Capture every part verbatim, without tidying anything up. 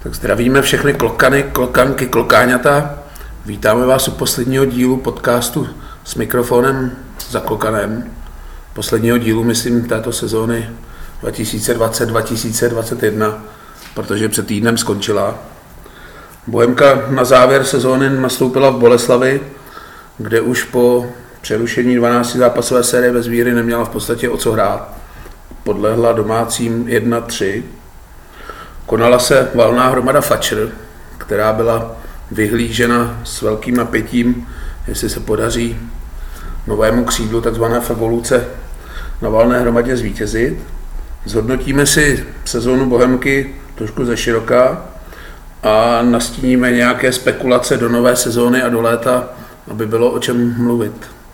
Tak zdravíme všechny klokany, klokanky, klokáňata. Vítáme vás u posledního dílu podcastu s mikrofonem za klokanem. Posledního dílu, myslím, této sezóny dva tisíce dvacet dva tisíce dvacet jedna, protože před týdnem skončila. Bohemka na závěr sezóny nastoupila v Boleslavi, kde už po přerušení dvanácti zápasové série bez výhry neměla v podstatě o co hrát. Podlehla domácím jedna tři. Konala se valná hromada fačr, která byla vyhlížena s velkým napětím, jestli se podaří novému křídlu takzvané Evoluce na valné hromadě zvítězit. Zhodnotíme si sezónu Bohemky trošku ze široka a nastíníme nějaké spekulace do nové sezóny a do léta, aby bylo o čem mluvit.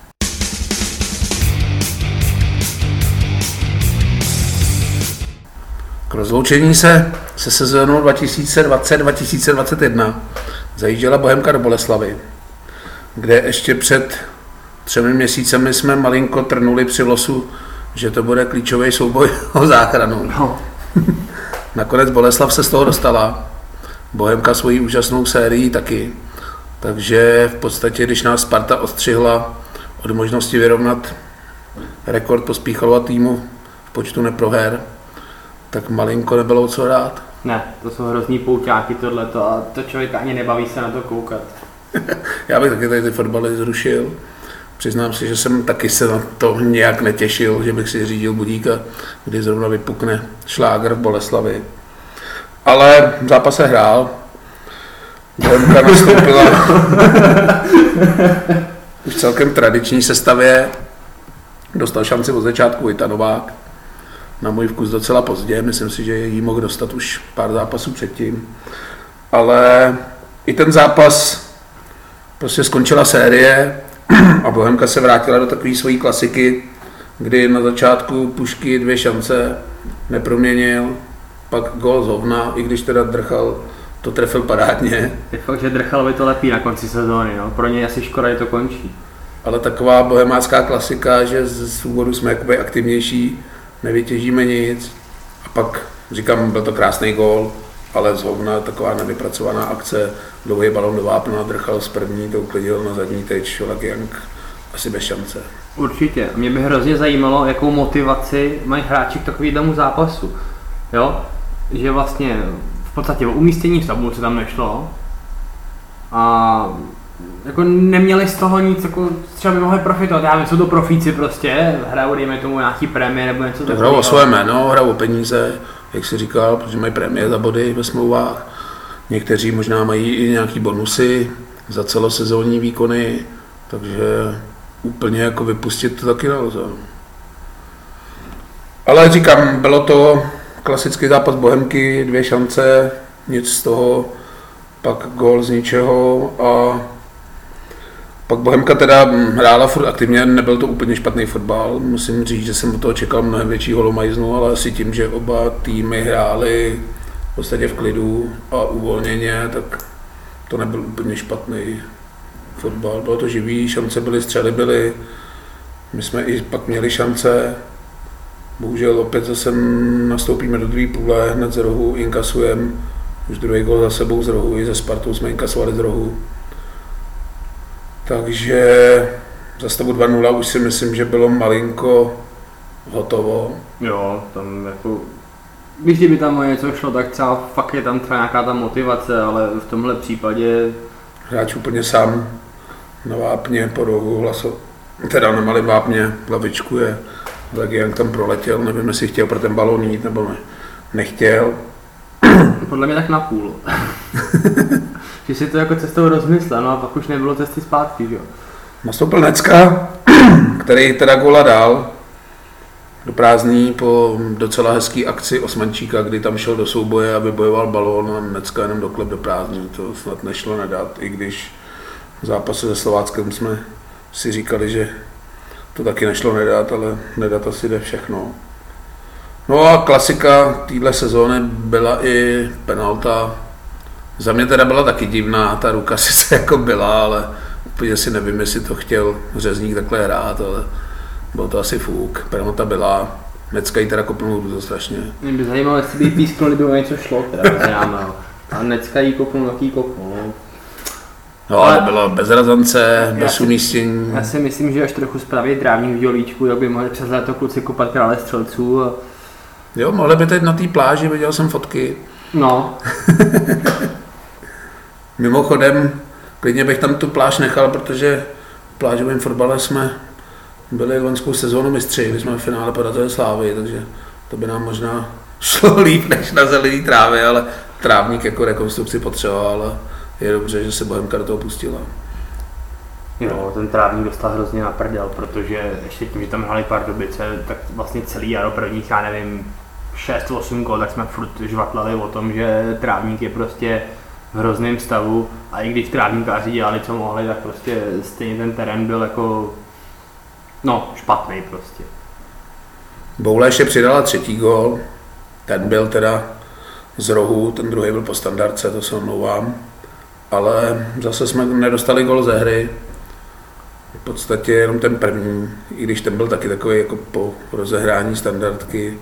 K rozloučení se se sezónou dva tisíce dvacet dva tisíce dvacet jedna zajížděla Bohemka do Boleslavy, kde ještě před třemi měsícemi jsme malinko trnuli při losu, že to bude klíčový souboj o záchranu. No. Nakonec Boleslav se z toho dostala, Bohemka svojí úžasnou sérií taky, takže v podstatě, když nás Sparta odstřihla od možnosti vyrovnat rekord Pospíchalova týmu v počtu neproher, tak malinko nebylo co rád. Ne, to jsou hrozný pouťáky tohleto a to člověka ani nebaví se na to koukat. Já bych taky tady ty fotbaly zrušil. Přiznám si, že jsem taky se na to nějak netěšil, že bych si řídil budíka, kdy zrovna vypukne šláger v Boleslavi. Ale v zápase hrál. Bohemka nastoupila už v celkem tradiční sestavě. Dostal šanci od začátku Vojta Novák. Na můj vkus docela pozdě, myslím si, že jí mohl dostat už pár zápasů předtím. Ale i ten zápas, prostě skončila série a Bohemka se vrátila do takové svojí klasiky, kdy na začátku Pušky dvě šance neproměnil, pak gól z hovna, i když teda Drchal to trefil parádně. Je fakt, že Drchal by to lepí na konci sezóny, no. Pro něj asi škoda, že to končí. Ale taková bohemácká klasika, že z úvodu jsme jakoby aktivnější, nevytěžíme nic. A pak, říkám, byl to krásný gól, ale z hovna taková nevypracovaná akce, dlouhý balon do vápna, Drchal z první, to uklidil na zadní teč, Lagiank asi bez šance. Určitě. Mě by hrozně zajímalo, jakou motivaci mají hráči k takovému zápasu. Jo? Že vlastně v podstatě o umístění v tabulce tam nešlo a jako neměli z toho nic, jako třeba by mohli profitovat, já vím, jsou to profíci prostě, hrajou dejme tomu nějaký prémie nebo něco takového. Hrajou o své jméno, hrajou o peníze, jak jsi říkal, protože mají prémie za body ve smlouvách. Někteří možná mají i nějaký bonusy za celosezónní výkony, takže úplně jako vypustit to taky nelze. Ale říkám, bylo to klasický zápas Bohemky, dvě šance, nic z toho, pak gól z ničeho a pak Bohemka teda hrála furt aktivně, nebyl to úplně špatný fotbal, musím říct, že jsem od toho čekal mnohem větší holomajznu, ale asi tím, že oba týmy hrály v podstatě v klidu a uvolněně, tak to nebyl úplně špatný fotbal. Bylo to živý, šance byly, střely byly, my jsme i pak měli šance, bohužel opět zase nastoupíme do druhé půle, hned z rohu inkasujeme, už druhý gol za sebou z rohu, i ze Spartou jsme inkasovali z rohu. Takže za stavu dva nula už si myslím, že bylo malinko hotovo. Jo, tam jako, když by tam o něco šlo, tak třeba fakt je tam třeba nějaká ta motivace, ale v tomhle případě... Hráč úplně sám na vápně po rohu, hlaso, teda na malém vápně, lavičku je, Lagiank tam proletěl, nevím, jestli chtěl pro ten balón jít, nebo ne, nechtěl. Podle mě tak na půl. Že si to jako cestou rozmyslel, no a pak už nebylo cesty zpátky, jo. Nastoupil Necka, který teda góla dal do prázdný po docela hezký akci Osmančíka, kdy tam šel do souboje a vybojoval balón a Necka jenom doklep do prázdný. To snad nešlo nedat, i když v zápase se Slováckem jsme si říkali, že to taky nešlo nedat, ale nedat asi jde všechno. No a klasika téhle sezóny byla i penalta. Za mě teda byla taky divná, ta ruka sice jako byla, ale úplně si nevím, jestli to chtěl Řezník takhle hrát, ale bylo to asi fuk. Penalta byla, Necka jí teda kopnul to strašně. Mě by zajímalo, jestli by jí písknul, kdyby o něco šlo, teda, já, no. A dneska jí kopnu, jaký kopnu. No, ale to bylo bez razance, bez umístění. Já si myslím, že až trochu spraví trávník v dělíčku, jak by mohli přes léto kluci kopat krále střelců. A... Jo, mohli by teď na té pláži, viděl jsem fotky. No. Mimochodem, klidně bych tam tu pláž nechal, protože v plážovém fotbale jsme byli loňskou sezónu mistři, když jsme v finále porazili Slávy, takže to by nám možná šlo líp než na zelený trávě, ale trávník jako rekonstrukci potřeboval a je dobře, že se Bohemka do toho pustila. Jo, ten trávník dostal hrozně na prdel, protože ještě tím, že tam hráli Pardubice, tak vlastně celý jaro prvních, já nevím, šest osm kol, tak jsme furt žvatlali o tom, že trávník je prostě v hrozném stavu a i když trávníkáři dělali, co mohli, tak prostě stejně ten terén byl jako, no, špatný prostě. Boula ještě přidala třetí gól, ten byl teda z rohu, ten druhý byl po standardce, to se omlouvám, ale zase jsme nedostali gól ze hry, v podstatě jenom ten první, i když ten byl taky takový jako po rozehrání standardky.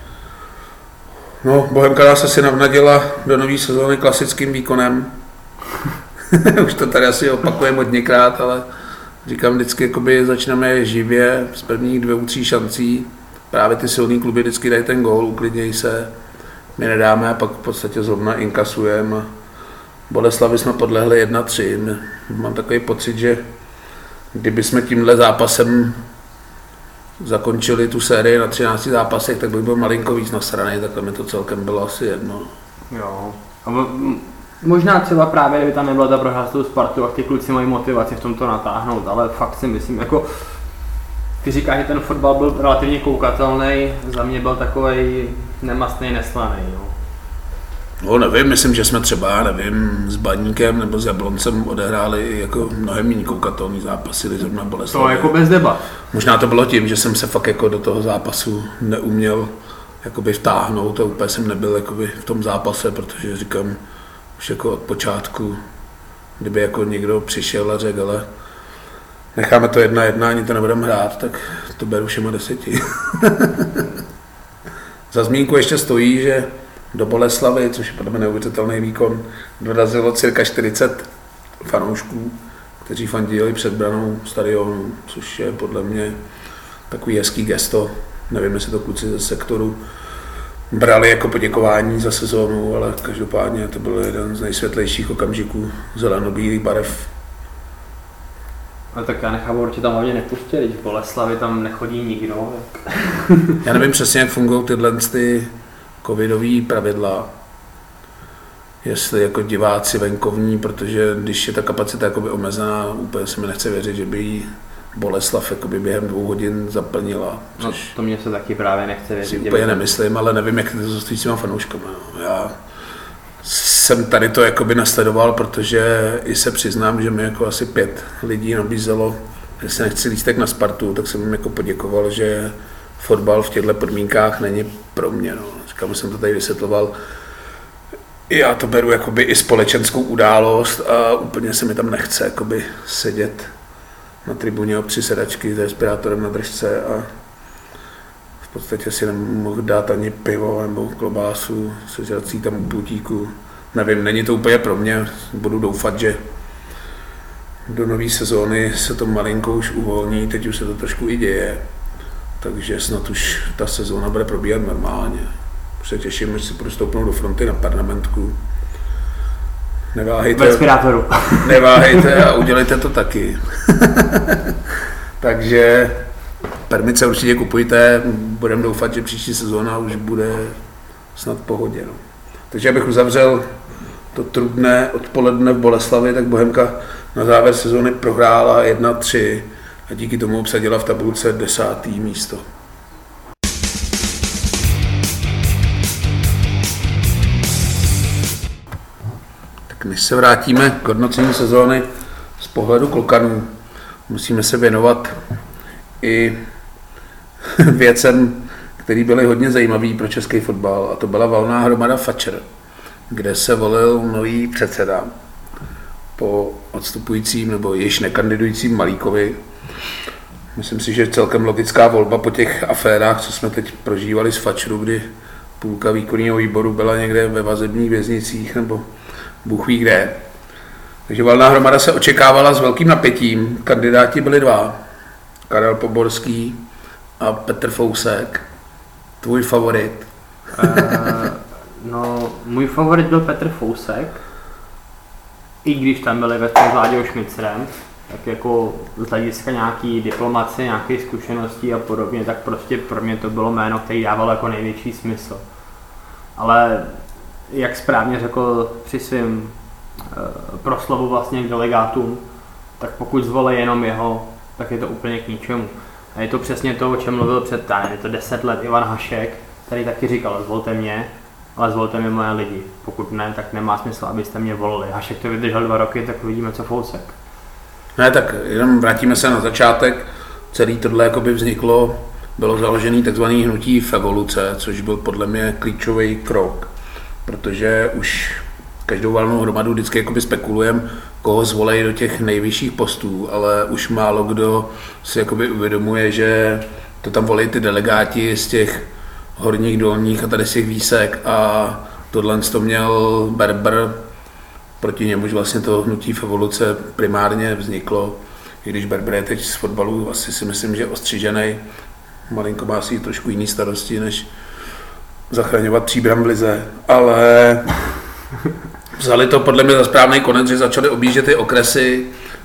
No, Bohemka nás asi navnadila do nové sezóny klasickým výkonem. Už to tady asi opakujeme hodněkrát, ale říkám vždycky, jakoby začneme živě z prvních dvou, tří šancí. Právě ty silný kluby vždycky dají ten gól, uklidnějí se, my nedáme a pak v podstatě zrovna inkasujeme. Boleslavi jsme podlehli jedna tři. Mám takový pocit, že kdyby jsme tímhle zápasem zakončili tu sérii na třinácti zápasech, tak bych byl malinko víc nasranej, takhle mi to celkem bylo asi jedno. Jo. A možná třeba právě, kdyby tam nebyla ta prohra s tou Spartou a ty kluci mají motivaci v tomto natáhnout, ale fakt si myslím, jako ty říkáš, že ten fotbal byl relativně koukatelný, za mě byl takovej nemastný, neslaný. Jo. No nevím, myslím, že jsme třeba, nevím, s Baníkem nebo s Jabloncem odehráli jako mnohem méně koukatelný zápasy, když zrovna Boleslavi. To jako bez debat. Možná to bylo tím, že jsem se fakt jako do toho zápasu neuměl jakoby vtáhnout a úplně jsem nebyl jakoby v tom zápase, protože říkám, už jako od počátku, kdyby jako někdo přišel a řekl, ale necháme to jedna jedna, ani to nebudeme hrát, tak to beru všema deseti. Za zmínku ještě stojí, že do Boleslavy, což je podle mě neuvěřitelný výkon, dorazilo cirka čtyřicet fanoušků, kteří fandili před branou stadionu, což je podle mě takový hezký gesto. Nevím, jestli to kluci ze sektoru brali jako poděkování za sezónu, ale každopádně to byl jeden z nejsvětlejších okamžiků zeleno-bílých barev. Ale tak já nechápu, proč tam hlavně nepustili, když v Boleslavi tam nechodí nikdo. Já nevím přesně, jak fungují tyhle ty covidový pravidla, jestli jako diváci venkovní, protože když je ta kapacita jakoby omezená, úplně se mi nechce věřit, že by jí Boleslav jakoby během dvou hodin zaplnila. No, to mě se taky právě nechce věřit. Si úplně nemyslím, ale nevím, jak to stojí s těma fanouškama. No. Já jsem tady to jakoby nasledoval, protože i se přiznám, že mi jako asi pět lidí nabízelo, že se nechci lístek na Spartu, tak jsem jim jako poděkoval, že fotbal v těchto podmínkách není pro mě. No. Říkám, jsem to tady vysvětloval. Já to beru jakoby i společenskou událost a úplně se mi tam nechce jakoby sedět na tribuně o tři sedačky s respirátorem na držce a v podstatě si nemohu dát ani pivo nebo klobásu, sežrací tam u pultíku. Nevím, není to úplně pro mě. Budu doufat, že do nové sezóny se to malinko už uvolní, teď už se to trošku i děje. Takže snad už ta sezóna bude probíhat normálně. Se těším, že si budu stoupnout do fronty na parlamentku. Neváhejte, respirátoru. Neváhejte a udělejte to taky. Takže permice určitě kupujte, budeme doufat, že příští sezóna už bude snad v pohodě. No. Takže abych uzavřel to trudné odpoledne v Boleslavi, tak Bohemka na závěr sezóny prohrála jedna tři a díky tomu obsadila v tabulce desátý místo. Tak než se vrátíme k hodnocení sezóny z pohledu klokanů, musíme se věnovat i věcem, které byly hodně zajímavé pro český fotbal, a to byla valná hromada Fatscher, kde se volil nový předseda po odstupujícím nebo již nekandidujícím Malíkovi. Myslím si, že celkem logická volba po těch aférách, co jsme teď prožívali s Fatscheru, kdy půlka výkonného výboru byla někde ve vazebních věznicích nebo Bůh ví kde. Takže valná hromada se očekávala s velkým napětím. Kandidáti byli dva. Karel Poborský a Petr Fousek. Tvůj favorit? Uh, no, můj favorit byl Petr Fousek. I když tam byli ve s Láďou Šmicrem, tak jako z hlediska nějaký diplomacie, nějaké zkušenosti a podobně, tak prostě pro mě to bylo jméno, který dávalo jako největší smysl. Ale jak správně řekl při svém uh, proslovu vlastně k delegátům, tak pokud zvolí jenom jeho, tak je to úplně k ničemu. A je to přesně to, o čem mluvil před, je to deset let Ivan Hašek, který taky říkal, zvolte mě, ale zvolte mi moje lidi. Pokud ne, tak nemá smysl, abyste mě volili. Hašek to vydržel dva roky, tak uvidíme, co Fousek. Ne, tak jenom vrátíme se na začátek. Celý tohle jakoby vzniklo, bylo založené takzvané hnutí Fevoluce, což byl podle mě klíčový krok, protože už každou valnou hromadu vždycky jakoby spekulujeme, koho zvolej do těch nejvyšších postů, ale už málo kdo si jakoby uvědomuje, že to tam volí ty delegáti z těch horních, dolních a tady z těch výsek a tohle to měl Berber, proti němuž vlastně to hnutí Fevoluce primárně vzniklo, i když Berber je teď z fotbalu asi si myslím, že ostřižený, malinko má si trošku jiný starosti, než zachraňovat Příbram v lize, ale vzali to podle mě za správný konec, že začali objíždět ty okresy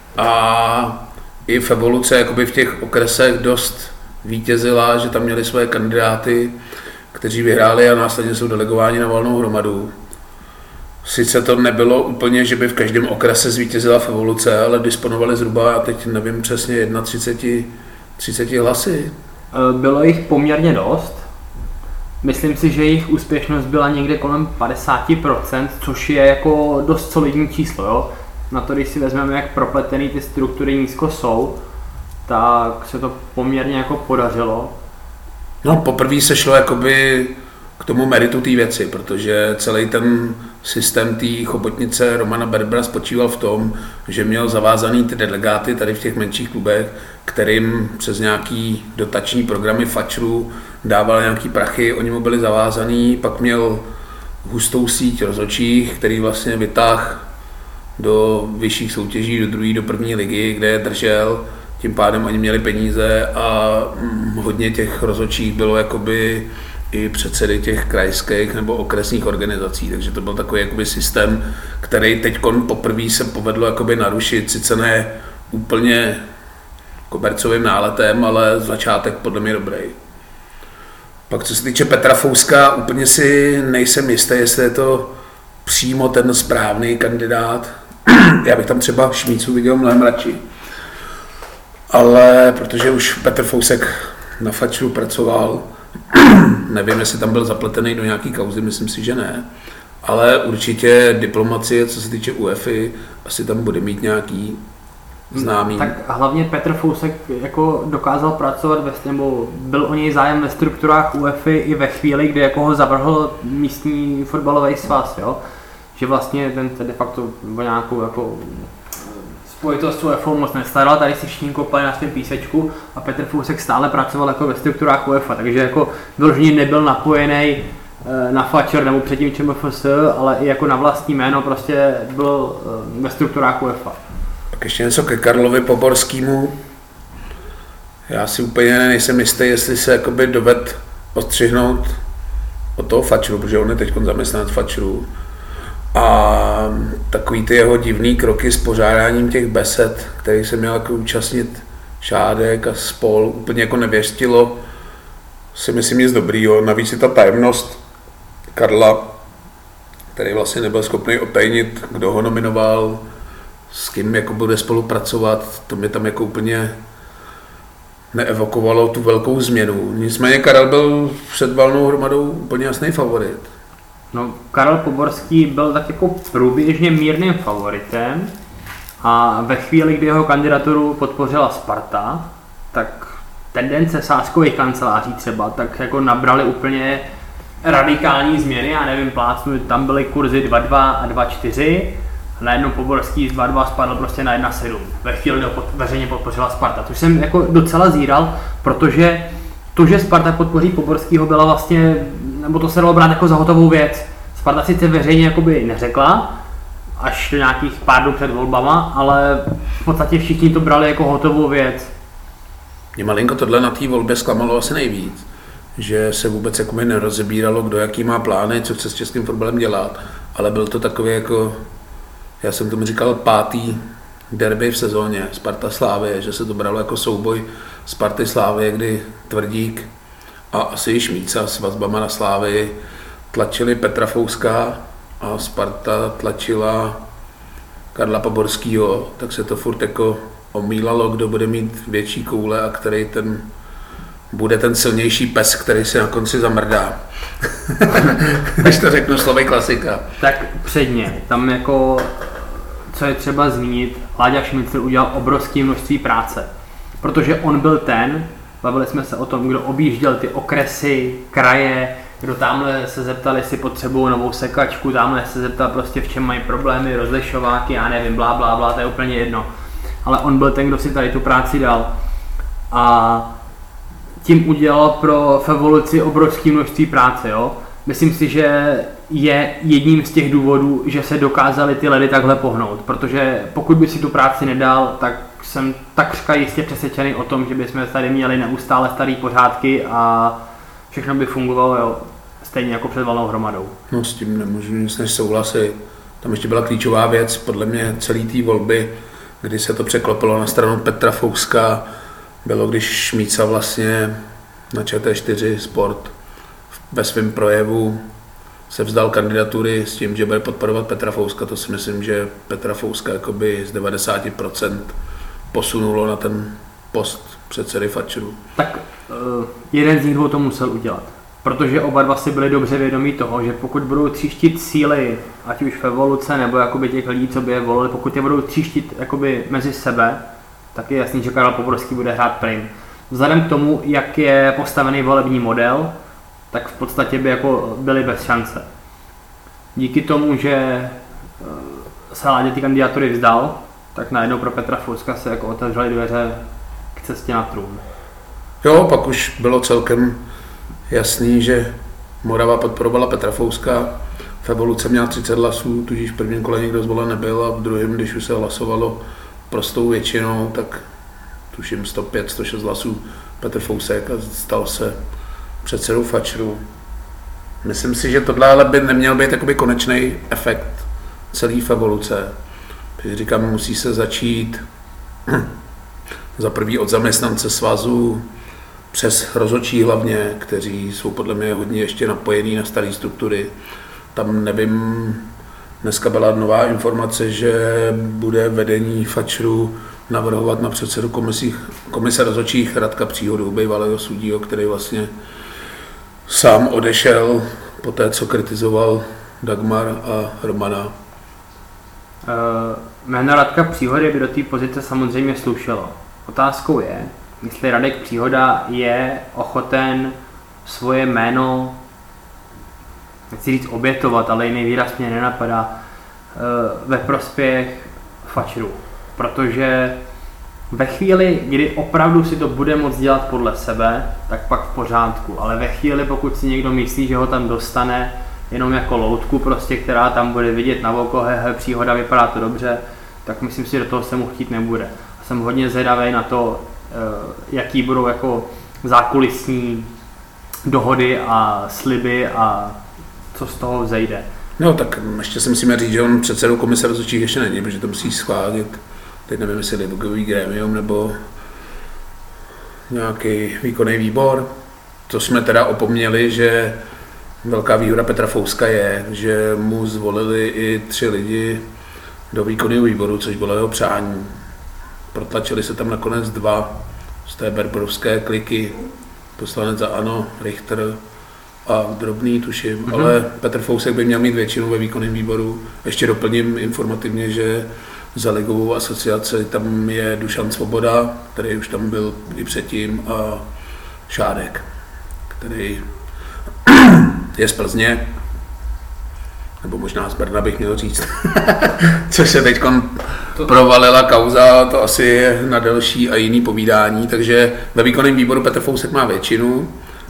a i Fevoluce jakoby v těch okresech dost vítězila, že tam měli své kandidáty, kteří vyhráli a následně jsou delegováni na valnou hromadu. Sice to nebylo úplně, že by v každém okrese zvítězila Fevoluce, ale disponovali zhruba, já teď nevím přesně, třicet jedna, třicet hlasy. Bylo jich poměrně dost. Myslím si, že jejich úspěšnost byla někde kolem padesát procent, což je jako dost solidní číslo. Jo? Na to, když si vezmeme, jak propletený ty struktury nízko jsou, tak se to poměrně jako podařilo. No, poprvé se šlo jakoby k tomu meritu té věci, protože celý ten systém té chobotnice Romana Berbera spočíval v tom, že měl zavázaný ty delegáty tady v těch menších klubech, kterým přes nějaký dotační programy fačrů dával nějaký prachy, oni mu byli zavázaný, pak měl hustou síť rozhodčích, který vlastně vytáhl do vyšších soutěží, do druhé, do první ligy, kde je držel, tím pádem oni měli peníze a hodně těch rozhodčích bylo jakoby i předsedy těch krajských nebo okresních organizací, takže to byl takový jakoby systém, který teď poprvé se povedlo jakoby narušit, sice ne úplně kobercovým náletem, ale začátek podle mě dobrý. Pak co se týče Petra Fouska, úplně si nejsem jistý, jestli je to přímo ten správný kandidát. Já bych tam třeba Šmícu viděl mnohem radši. Ale protože už Petr Fousek na fačru pracoval, nevím, jestli tam byl zapletený do nějaký kauzy, myslím si, že ne. Ale určitě diplomacie, co se týče UEFA, asi tam bude mít nějaký známý. Tak hlavně Petr Fousek jako dokázal pracovat, ve, nebo byl o něj zájem ve strukturách UEFA i ve chvíli, kdy jako ho zavrhl místní fotbalový svaz, jo? Že vlastně ten de facto o nějakou jako spojitost s UEFA moc nestaral, tady si všichni kopali na svém písečku a Petr Fousek stále pracoval jako ve strukturách UEFA, takže jako vyloženě nebyl napojený na fačer nebo předtím ČMFS, ale i jako na vlastní jméno prostě byl ve strukturách UEFA. Tak ještě něco ke Karlovi Poborskému. Já si úplně nejsem jistý, jestli se jakoby doved odstřihnout od toho fačru, protože on je teď zaměstnanec fačru. A takový ty jeho divný kroky s pořádáním těch besed, který se měl jako účastnit Šádek a spol, úplně jako nevěštilo, si myslím nic dobrýho. Navíc je ta tajemnost Karla, který vlastně nebyl schopný otajnit, kdo ho nominoval, s kým jako bude spolupracovat, to mě tam jako úplně neevokovalo tu velkou změnu. Nicméně Karel byl před valnou hromadou úplně jasný favorit. No, Karel Poborský byl tak jako průběžně mírným favoritem a ve chvíli, kdy jeho kandidaturu podpořila Sparta, tak tendence sázkových kanceláří třeba, tak jako nabrali úplně radikální změny, já nevím, plácnu, tam byly kurzy dva dva a dva čtyři, a najednou Poborský z dva dva spadl prostě na jedna sedm, ve chvíli, kdy ho pod, veřejně podpořila Sparta, což jsem jako docela zíral, protože to, že Sparta podpoří Poborskýho, byla vlastně nebo to se dalo brát jako za hotovou věc. Sparta sice veřejně jakoby neřekla, až do nějakých pár dnů před volbama, ale v podstatě všichni to brali jako hotovou věc. Mě malinko tohle na té volbě zklamalo asi nejvíc, že se vůbec jakoby nerozebíralo, kdo jaký má plány, co chce s českým fotbalem dělat, ale byl to takový jako, já jsem tomu říkal, pátý derby v sezóně Sparta Slavie, že se to bralo jako souboj Sparty Slavie, kdy Tvrdík a asi i Šmíca s vazbama na Slávii tlačili Petra Fouska a Sparta tlačila Karla Paborskýho, tak se to furt jako omílalo, kdo bude mít větší koule a který ten bude ten silnější pes, který si na konci zamrdá. Až to řeknu slovy klasika. Tak předně, tam jako, co je třeba zmínit, Láďa Šmicl udělal obrovské množství práce, protože on byl ten, bavili jsme se o tom, kdo objížděl ty okresy, kraje, kdo tamhle se zeptal, jestli potřebují novou sekačku, tamhle se zeptal prostě v čem mají problémy, rozlišováky, já nevím, blá, blá, blá, to je úplně jedno. Ale on byl ten, kdo si tady tu práci dal a tím udělal pro Evoluci obrovské množství práce, jo. Myslím si, že je jedním z těch důvodů, že se dokázaly ty ledy takhle pohnout, protože pokud by si tu práci nedal, tak jsem takřka jistě přesvědčený o tom, že bychom tady měli neustále starý pořádky a všechno by fungovalo, jo, stejně jako před valnou hromadou. No s tím nemůžu nic než souhlasit. Tam ještě byla klíčová věc, podle mě celý té volby, kdy se to překlopilo na stranu Petra Fouska, bylo, když Šmíca vlastně na Č T čtyři Sport ve svém projevu se vzdal kandidatury s tím, že bude podporovat Petra Fouska. To si myslím, že Petra Fouska jakoby z devadesát procent posunulo na ten post předsedy Fatscheru. Tak uh, jeden z nich dvou to musel udělat. Protože oba dva si byli dobře vědomí toho, že pokud budou tříštit síly, ať už v Evoluce nebo jakoby těch lidí, co by je volili, pokud je budou tříštit jakoby mezi sebe, tak je jasný, že Karel Poborský bude hrát prim. Vzhledem k tomu, jak je postavený volební model, tak v podstatě by jako byli bez šance. Díky tomu, že se Láďa ty kandidatury vzdal, tak najednou pro Petra Fouska se jako otevřely dveře k cestě na trůn. Jo, pak už bylo celkem jasný, že Morava podporovala Petra Fouska. V Evoluce měla třicet hlasů, tudíž v prvním kole nikdo zvolen nebyl a v druhém, když už se hlasovalo prostou většinou, tak tuším sto pět, sto šest hlasů Petr Fousek a stal se předsedou Fatscheru. Myslím si, že tohle ale by neměl být jakoby konečný efekt celé Evoluce. Když říkám, musí se začít za prvý od zaměstnance svazu, přes rozhodčí hlavně, kteří jsou podle mě hodně ještě napojení na staré struktury. Tam nevím, dneska byla nová informace, že bude vedení Fatscheru navrhovat na předsedu komisích, komise rozhodčích Radka Příhodu, bývalého sudího, který vlastně sám odešel po té, co kritizoval Dagmar a Romana. Uh, jméno Radka Příhody by do té pozice samozřejmě slušelo. Otázkou je, jestli Radek Příhoda je ochoten svoje jméno, nechci říct obětovat, ale jiný výraz mě nenapadá, ve prospěch Fatscheru. Protože ve chvíli, kdy opravdu si to bude moct dělat podle sebe, tak pak v pořádku. Ale ve chvíli, pokud si někdo myslí, že ho tam dostane jenom jako loutku, prostě, která tam bude vidět na oko, hehe, Příhoda, vypadá to dobře, tak myslím si, že do toho se mu chtít nebude. A jsem hodně zvědavý na to, jaký budou jako zákulisní dohody a sliby a co z toho vzejde. No tak ještě si musíme říct, že on předsedou komise rozhodčích ještě není, protože to musí schválit, teď nevím, jestli ligový grémium nebo nějaký výkonný výbor. To jsme teda opomněli, že velká výhoda Petra Fouska je, že mu zvolili i tři lidi do výkonného výboru, což bylo jeho přání. Protlačili se tam nakonec dva z té berberovské kliky, poslanec za ANO, Richter a Drobný, tuším, mm-hmm. ale Petr Fousek by měl mít většinu ve výkonném výboru. Ještě doplním informativně, že za ligovou asociaci tam je Dušan Svoboda, který už tam byl i předtím, a Šádek, který je z Plzně, nebo možná z Brna bych měl říct, což se teď provalila kauza, to asi je na delší a jiný povídání, takže ve výkonném výboru Petr Fousek má většinu.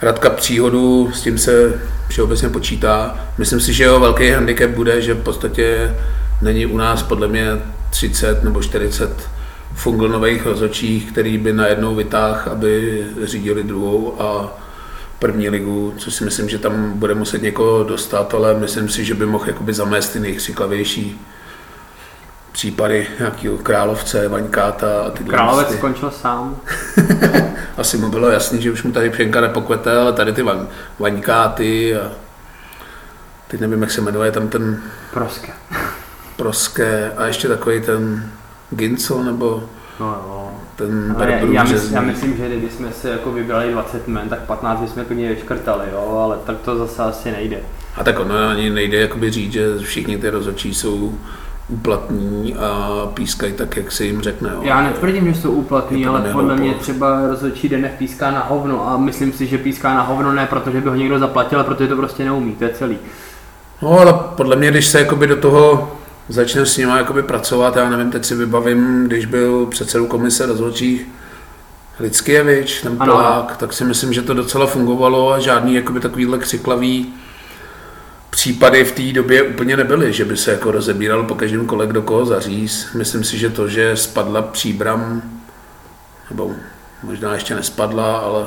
Radka Příhodu, s tím se všeobecně počítá. Myslím si, že jeho velký handicap bude, že v podstatě není u nás podle mě třicet nebo čtyřicet funglnových rozhodčích, který by najednou vytáhl, aby řídili druhou a první ligu, což si myslím, že tam bude muset někoho dostat, ale myslím si, že by mohl jakoby zamést ty nejkřiklavější případy nějakého Královce, Vaňkáta a tyhle. Královec ty. Skončil sám. Asi mu bylo jasný, že už mu tady Pšenka nepokvete, ale tady ty vaň, Vaňkáty a teď nevím, jak se jmenuje tam ten... Proske. Proske a ještě takový ten Gincel nebo no, no. ten já, já, mysl, já myslím, že kdyby jsme si jako vybrali dvacet men, tak patnáct bychom klidně vyškrtali, jo, ale tak to zase asi nejde. A tak ono ani nejde jakoby říct, že všichni ty rozhodčí jsou úplatní a pískají tak, jak se jim řekne. Jo. Já netvrdím, že jsou úplatní, ale podle mě třeba rozhodčí Denef píská na hovno a myslím si, že píská na hovno ne, protože by ho někdo zaplatil, ale protože to prostě neumí, to je celý. No ale podle mě, když se jakoby do toho začne s nima jakoby pracovat, já nevím, teď si vybavím, když byl předsedou komise rozhodčích Lickěvič, ten Polák, tak si myslím, že to docela fungovalo a žádný jakoby takovýhle křiklavý případy v té době úplně nebyly, že by se jako rozebíral po každém kole, kdo koho zaříz. Myslím si, že to, že spadla Příbram, nebo možná ještě nespadla, ale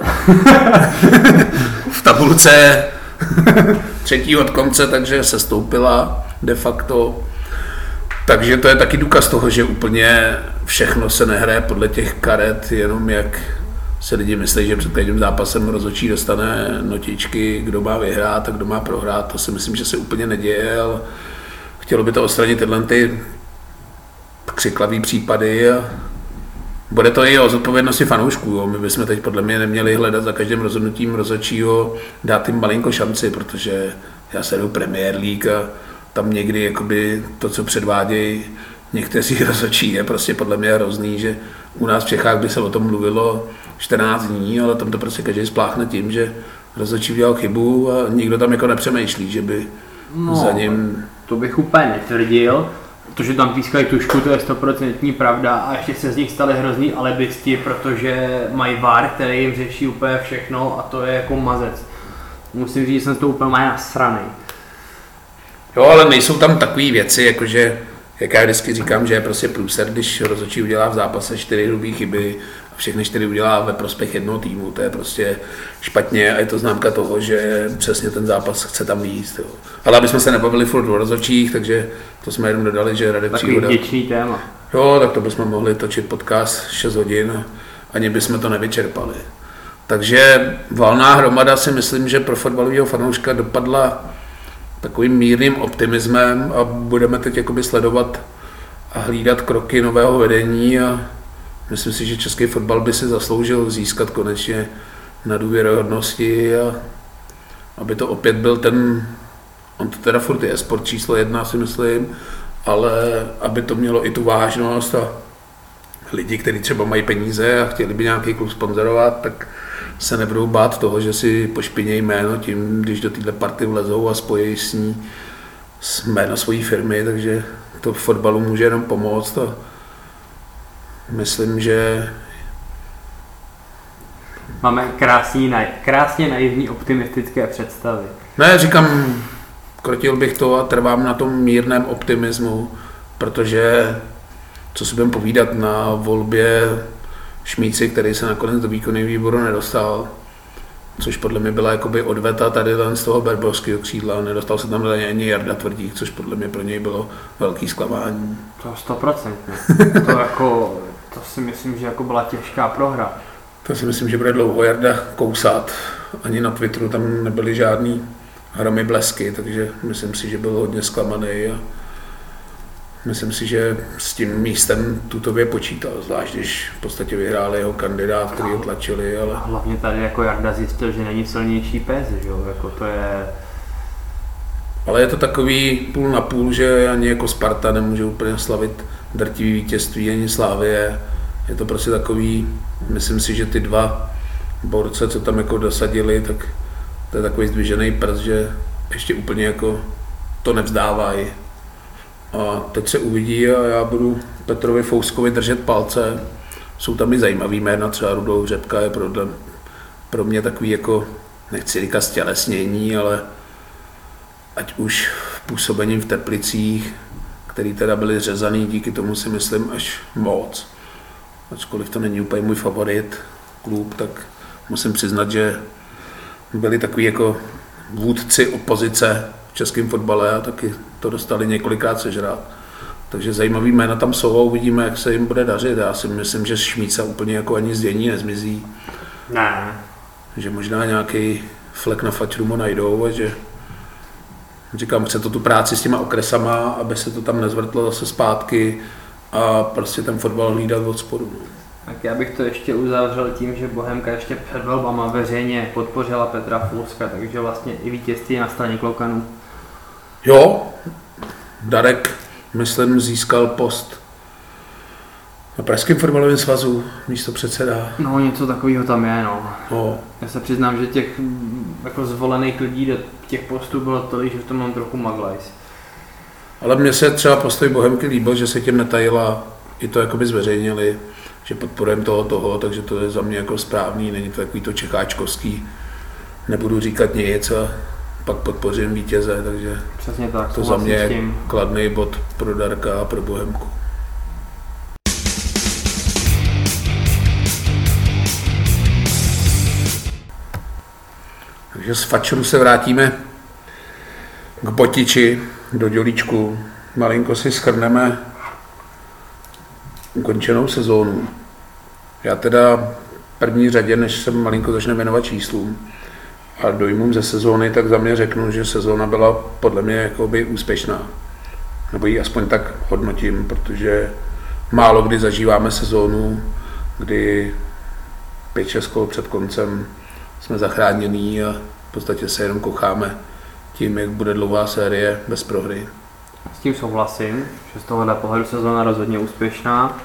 v tabulce třetí od konce, takže se stoupila de facto. Takže to je taky důkaz toho, že úplně všechno se nehraje podle těch karet, jenom jak se lidi myslí, že před každým zápasem rozhodčí dostane notičky, kdo má vyhrát a kdo má prohrát. To si myslím, že se úplně neděje, ale chtělo by to odstranit tyhle ty křiklavý případy a bude to i o zodpovědnosti fanoušků. Jo. My bychom teď podle mě neměli hledat za každým rozhodnutím rozhodčího, dát jim malinko šanci, protože já sleduju Premier League a tam někdy jakoby to, co předvádějí někteří rozhodčí, je prostě podle mě hrozný, že u nás v Čechách by se o tom mluvilo čtrnáct dní, ale tam to prostě každý spláchne tím, že rozhodčí udělal chybu a nikdo tam jako nepřemýšlí, že by no, za ním... To bych úplně netvrdil, protože tam pískají tušku, to je stoprocentní pravda a ještě se z nich stali hrozný alibisti, protože mají V A R, který jim řeší úplně všechno a to je jako mazec. Musím říct, že jsem to úplně mají nasranej. Jo, ale nejsou tam takové věci, jakože, jak já vždycky říkám, že je prostě průser, když rozhodčí udělá v zápase čtyři hrubé chyby a všechny čtyři udělá ve prospěch jednoho týmu, to je prostě špatně a je to známka toho, že přesně ten zápas chce tam výjist. Jo. Ale aby jsme se nebavili furt o rozhodčích, takže to jsme jenom dodali, že Radek Příhoda... Takový vděčný téma. Jo, tak to bychom mohli točit podcast šest hodin a ani bychom to nevyčerpali. Takže valná hromada si myslím, že pro fotbalového fanouška dopadla takovým mírným optimismem a budeme teď jakoby sledovat a hlídat kroky nového vedení a myslím si, že český fotbal by si zasloužil získat konečně na důvěryhodnosti a aby to opět byl ten, on to teda furt je sport číslo jedna, si myslím, ale aby to mělo i tu vážnost a lidi, kteří třeba mají peníze a chtěli by nějaký klub sponzorovat, tak se nebudou bát toho, že si pošpinějí jméno tím, když do téhle party vlezou a spojí s ní jméno svojí firmy, takže to v fotbalu může jenom pomoct a myslím, že... Máme krásný, krásně naivní optimistické představy. Ne, říkám, krotil bych to a trvám na tom mírném optimismu, protože co si budeme povídat na volbě Šmíci, který se nakonec do výkonného výboru nedostal, což podle mě byla jakoby odveta tady z toho berbovského křídla, nedostal se tam ani Jarda Tvrdík, což podle mě pro něj bylo velký zklamání. To sto procent. To jako, to si myslím, že jako byla těžká prohra. To si myslím, že bude dlouho Jarda kousat. Ani na Twitteru tam nebyly žádný hromy blesky, takže myslím si, že byl hodně zklamaný a myslím si, že s tím místem tutově počítal, zvlášť když v podstatě vyhrál jeho kandidát, který ho tlačili, ale... A hlavně tady jako Jarda zjistil, že není silnější pes, že jo, jako to je... Ale je to takový půl na půl, že ani jako Sparta nemůže úplně slavit drtivý vítězství, ani Slavie. Je to prostě takový, myslím si, že ty dva borce, co tam jako dosadili, tak to je takový zdvižený prst, že ještě úplně jako to nevzdávají. A teď se uvidí a já budu Petrovi Fouskovi držet palce. Jsou tam i zajímavý jména, třeba Rudolf Řepka je pro, pro mě takový jako nechci říkat stělesnění, ale ať už působením v Teplicích, který teda byly řezaný, díky tomu si myslím až moc. Ačkoliv to není úplně můj favorit klub, tak musím přiznat, že byli takový jako vůdci opozice v českém fotbale a taky to dostali několikrát sežrát. Takže zajímavý jména tam jsou a uvidíme, jak se jim bude dařit. Já si myslím, že Šmíca úplně jako ani z dění nezmizí. Ne. Že možná nějaký flek na fačru mu najdou a že říkám, chce to tu práci s těma okresama, aby se to tam nezvrtlo zase zpátky a prostě ten fotbal hlídat od spodu. Tak já bych to ještě uzavřel tím, že Bohemka ještě před volbama veřejně podpořila Petra Fulska, takže vlastně i vítězství na straně Klokanů. Jo, Darek, myslím, získal post na Pražském fotbalovém svazu, místo předseda. No, něco takového tam je, no. no. Já se přiznám, že těch jako zvolených lidí do těch postů bylo tolik, že v tom mám trochu maglajs. Ale mně se třeba postoj Bohemky líbil, že se tím netajila, i to jakoby zveřejnili, že podporujeme toho, toho, takže to je za mě jako správný, není to takový to čecháčkovský, nebudu říkat nic a pak podpořím vítěze, takže přesně tak, to za mě je kladný bod pro Darka a pro Bohemku. Takže z fačru se vrátíme k Botiči, do Dělíčku. Malinko si shrneme ukončenou sezónu. Já teda v první řadě, než se malinko začne věnovat číslům a dojmům ze sezóny, tak za mě řeknu, že sezóna byla podle mě jakoby úspěšná. Nebo ji aspoň tak hodnotím, protože málo kdy zažíváme sezónu, kdy pět šest kol před koncem jsme zachránění a v podstatě se jenom kocháme tím, jak bude dlouhá série bez prohry. S tím souhlasím, že z tohohle pohledu sezóna rozhodně úspěšná.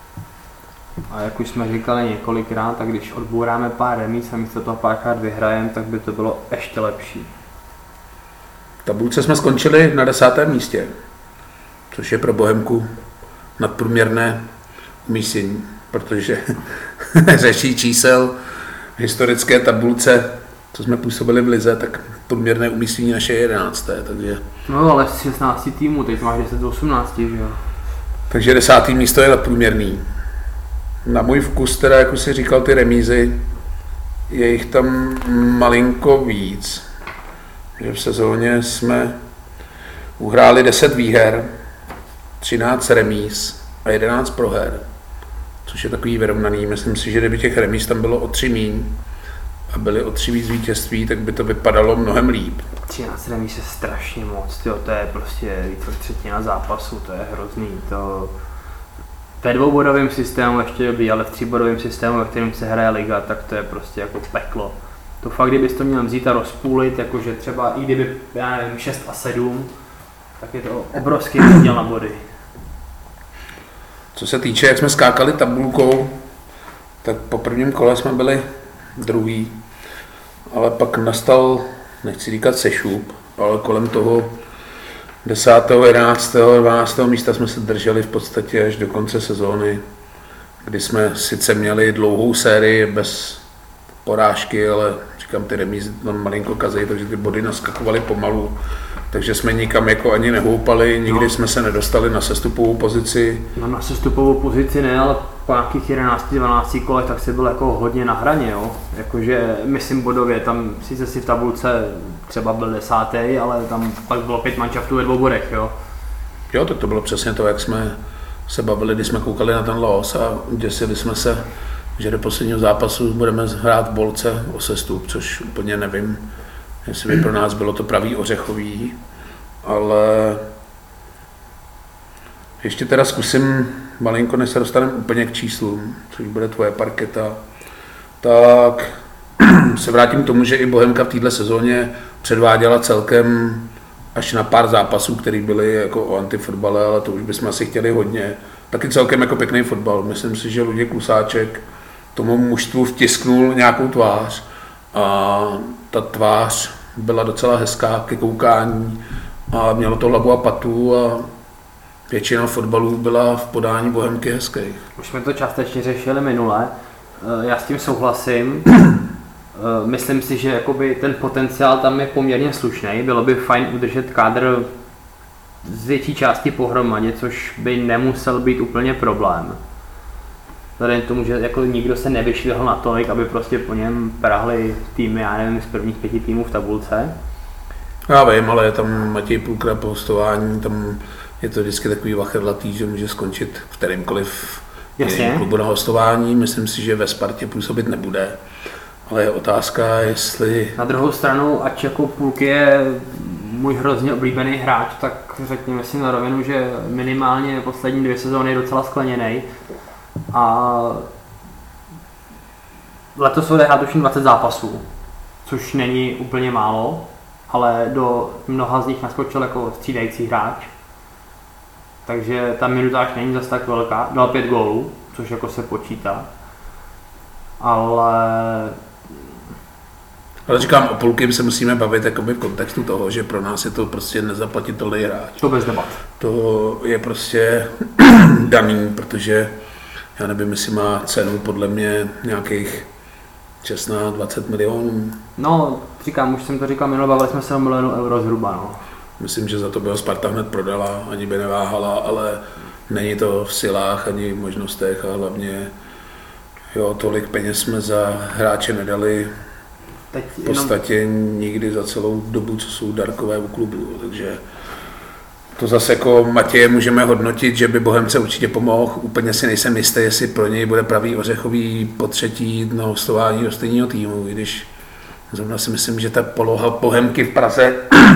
A jak už jsme říkali několikrát, tak když odbouráme pár remíz a místo toho párkrát vyhrajeme, tak by to bylo ještě lepší. V tabulce jsme skončili na desátém místě, což je pro Bohemku nadprůměrné umístění, protože řeší čísel v historické tabulce, co jsme působili v lize, tak průměrné umístění naše je jedenácté, takže... No ale z šestnácti týmů, teď máš deset z osmnácti, že jo? Takže desátý místo je nadprůměrný. Na můj vkus teda, jak už si říkal, ty remízy, je jich tam malinko víc. Že v sezóně jsme uhráli deset výher, třináct remíz a jedenáct proher, což je takový vyrovnaný. Myslím si, že kdyby těch remíz tam bylo o tři míň a byly o tři víc vítězství, tak by to vypadalo mnohem líp. třináct remíz je strašně moc, tyjo, to je prostě víc jak třetina zápasu, to je hrozný. To... Ve dvoubodovém systému ještě dobrý, ale v tříbodovém systému, ve kterém se hraje liga, tak to je prostě jako peklo. To fakt, kdybys to měl vzít a rozpůlit, jakože třeba i kdyby, já nevím, šest a sedm, tak je to obrovský rozdíl na body. Co se týče, jak jsme skákali tabulkou, tak po prvním kole jsme byli druhý, ale pak nastal, nechci říkat sešup, ale kolem toho desátého, jedenáctého, dvanáctého místa jsme se drželi v podstatě až do konce sezóny, kdy jsme sice měli dlouhou sérii bez porážky, ale říkám, ty remízy tam malinko kazejí, takže ty body naskakovaly pomalu, takže jsme nikam jako ani nehoupali, nikdy no. jsme se nedostali na sestupovou pozici. No na sestupovou pozici ne, ale po nějakých jedenácti dvanácti kolech tak se byl jako hodně na hraně, jo. Jakože myslím bodově, tam sice si v tabulce třeba byl desátý, ale tam pak bylo pět manšaftů ve dvou bodech, jo. Jo, tak to bylo přesně to, jak jsme se bavili, když jsme koukali na ten los a děsili jsme se, že do posledního zápasu budeme hrát v bolce o sestup, což úplně nevím, jestli by pro nás bylo to pravý ořechový, ale ještě teda zkusím malinko, než se dostaneme úplně k číslům, což bude tvoje parketa, tak se vrátím k tomu, že i Bohemka v této sezóně předváděla celkem až na pár zápasů, které byly jako o antifotbale, ale to už bychom asi chtěli hodně. Taky celkem jako pěkný fotbal. Myslím si, že Luděk Klusáček tomu mužstvu vtisknul nějakou tvář a ta tvář byla docela hezká ke koukání a mělo to hlavu a patu a většina fotbalů byla v podání Bohemky hezkých. Už jsme to částečně řešili minule, já s tím souhlasím. Myslím si, že jakoby ten potenciál tam je poměrně slušný. Bylo by fajn udržet kádr z větší části pohromadě, což by nemusel být úplně problém. Vzhledem k tomu, že jako nikdo se nevyšvihl natolik, aby prostě po něm prahly týmy, já nevím, z prvních pěti týmů v tabulce. Já vím, ale je tam Matěj Půlka po hostování, tam je to vždycky takový vachrlatý, že může skončit v kterémkoliv klubu na hostování. Myslím si, že ve Spartě působit nebude. Ale je otázka, jestli... Na druhou stranu, ač jako Půlky je můj hrozně oblíbený hráč, tak řekněme si na rovinu, že minimálně poslední dvě sezóny je docela skleněnej. A letos odehrál tuším dvacet zápasů, což není úplně málo, ale do mnoha z nich naskočil jako střídající hráč. Takže ta minutáž není zase tak velká, dal pět gólů, což jako se počítá. Ale... Ale říkám, o Půlky se musíme bavit jakoby v kontextu toho, že pro nás je to prostě nezaplatitelný hráč. To bez debat. To je prostě daný, protože já nevím, jestli má cenu podle mě nějakých šestnáct dvacet milionů. No, říkám, už jsem to říkal minule, bavili jsme se o milionu euro zhruba, no. Myslím, že za to by ho Sparta hned prodala, ani by neváhala, ale není to v silách ani v možnostech a hlavně jo, tolik peněz jsme za hráče nedali. Teď v podstatě jenom... nikdy za celou dobu, co jsou Darkové u klubu, takže to zase jako Matěje můžeme hodnotit, že by Bohemce určitě pomohl. Úplně si nejsem jistý, jestli pro něj bude pravý ořechový po třetí na hostování do stejného týmu, i když zrovna si myslím, že ta poloha Bohemky v Praze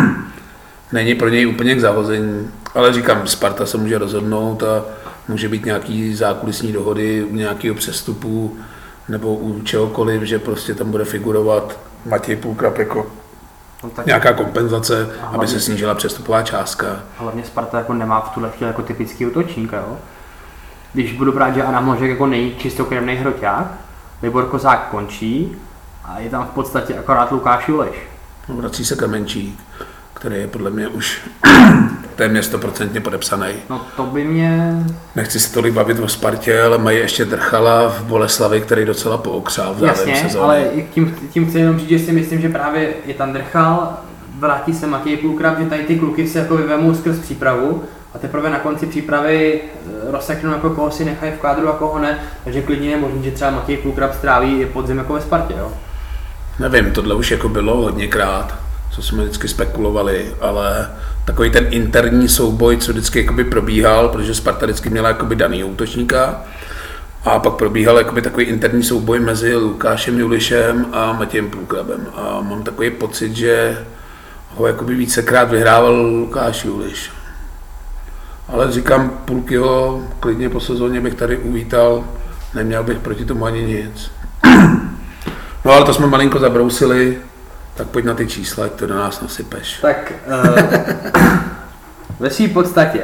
není pro něj úplně k zahození. Ale říkám, Sparta se může rozhodnout a může být nějaký zákulisní dohody u nějakého přestupu nebo u čehokoliv, že prostě tam bude figurovat Matěj Půlkrab jako no, nějaká kompenzace, hlavně, aby se snížila přestupová částka. Hlavně Sparta jako nemá v tuhle chvíli jako typický útočník, jo? Když budu brát, že Adam Hložek jako není čistokrevný hroťák, Libor Kozák končí a je tam v podstatě akorát Lukáš Juleš. No, vrací se Kamenčík, který je podle mě už téměř stoprocentně podepsaný. No to by mě... Nechci se tolik bavit o Spartě, ale mají ještě Drchala v Boleslavi, který docela pookřál v závěru sezóny. Jasně, ale tím, tím chci jenom říct, že si myslím, že právě je tam Drchal, vrátí se Matěj Půlkrab, že tady ty kluky si jako vyvemou skrz přípravu a teprve na konci přípravy rozseknou jako koho si nechají v kádru a koho ne, takže klidně je možný, že třeba Matěj Půlkrab stráví podzim jako ve Spartě, jo? Nevím, tohle už jako bylo hodněkrát, co jsme vždycky spekulovali, ale takový ten interní souboj, co vždycky jakoby probíhal, protože Sparta vždycky měla jakoby daný útočníka a pak probíhal jakoby takový interní souboj mezi Lukášem Julišem a Matějem Půlkrabem a mám takový pocit, že ho jakoby vícekrát vyhrával Lukáš Juliš. Ale říkám, Půlkyho klidně po sezóně bych tady uvítal, neměl bych proti tomu ani nic. No ale to jsme malinko zabrousili, tak pojď na ty čísla, ať to do nás nasypeš. Tak uh, ve své podstatě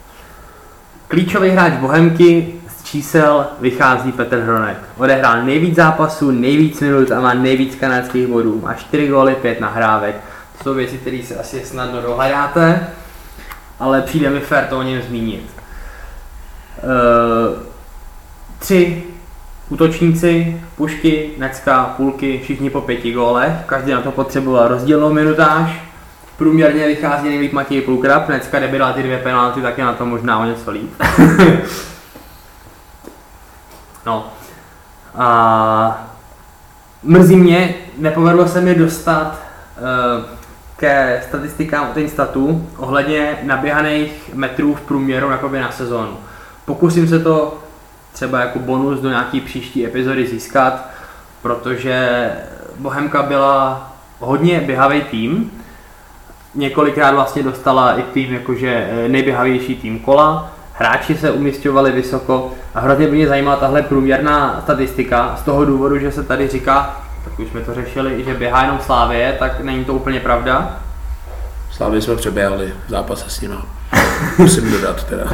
klíčový hráč Bohemky z čísel vychází Petr Hronek. Odehrál nejvíc zápasů, nejvíc minut a má nejvíc kanadských bodů. Má čtyři góly, pět nahrávek. To jsou věci, které se asi snadno dohledáte, ale přijde mi fér to o něm zmínit. Uh, tři útočníci, Pušky, Necka, Půlky, všichni po pěti gólech, každý na to potřeboval rozdílnou minutáž. Průměrně vychází nejlíp Matěj Půlkrab, Necka, kde by dala ty dvě penalty, tak je na to možná o něco líp. No. A mrzí mě, nepovedlo se mi dostat uh, ke statistikám od Instatu ohledně naběhaných metrů v průměru jakoby na sezónu. Pokusím se to třeba jako bonus do nějaký příští epizody získat, protože Bohemka byla hodně běhavý tým. Několikrát vlastně dostala i tým jakože nejběhavější tým kola. Hráči se umisťovali vysoko a hrozně by mě zajímala tahle průměrná statistika z toho důvodu, že se tady říká, tak už jsme to řešili, že běhá jenom Slavie, tak není to úplně pravda. Slavii jsme přeběhali v zápase s nima. Musím dodat teda.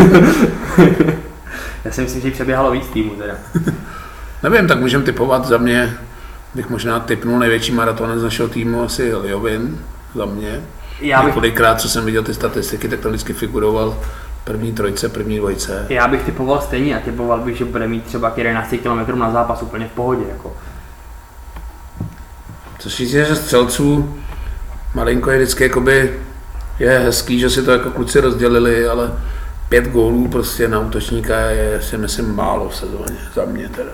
Já si myslím, že jí přeběhalo víc týmů teda. Nevím, tak můžeme typovat. Za mě bych možná typnul největší maratonec z našeho týmu, asi Ljovin, za mě. Já bych... Několikrát, co jsem viděl ty statistiky, tak to vždycky figuroval první trojce, první dvojce. Já bych typoval stejně a typoval bych, že bude mít třeba jedenáct kilometrů na zápas úplně v pohodě. Jako. Co si říct, že střelců malinko je vždycky jakoby, je hezký, že si to jako kluci rozdělili, ale pět gólů prostě na útočníka je, si myslím, málo v sezóně, za mě teda.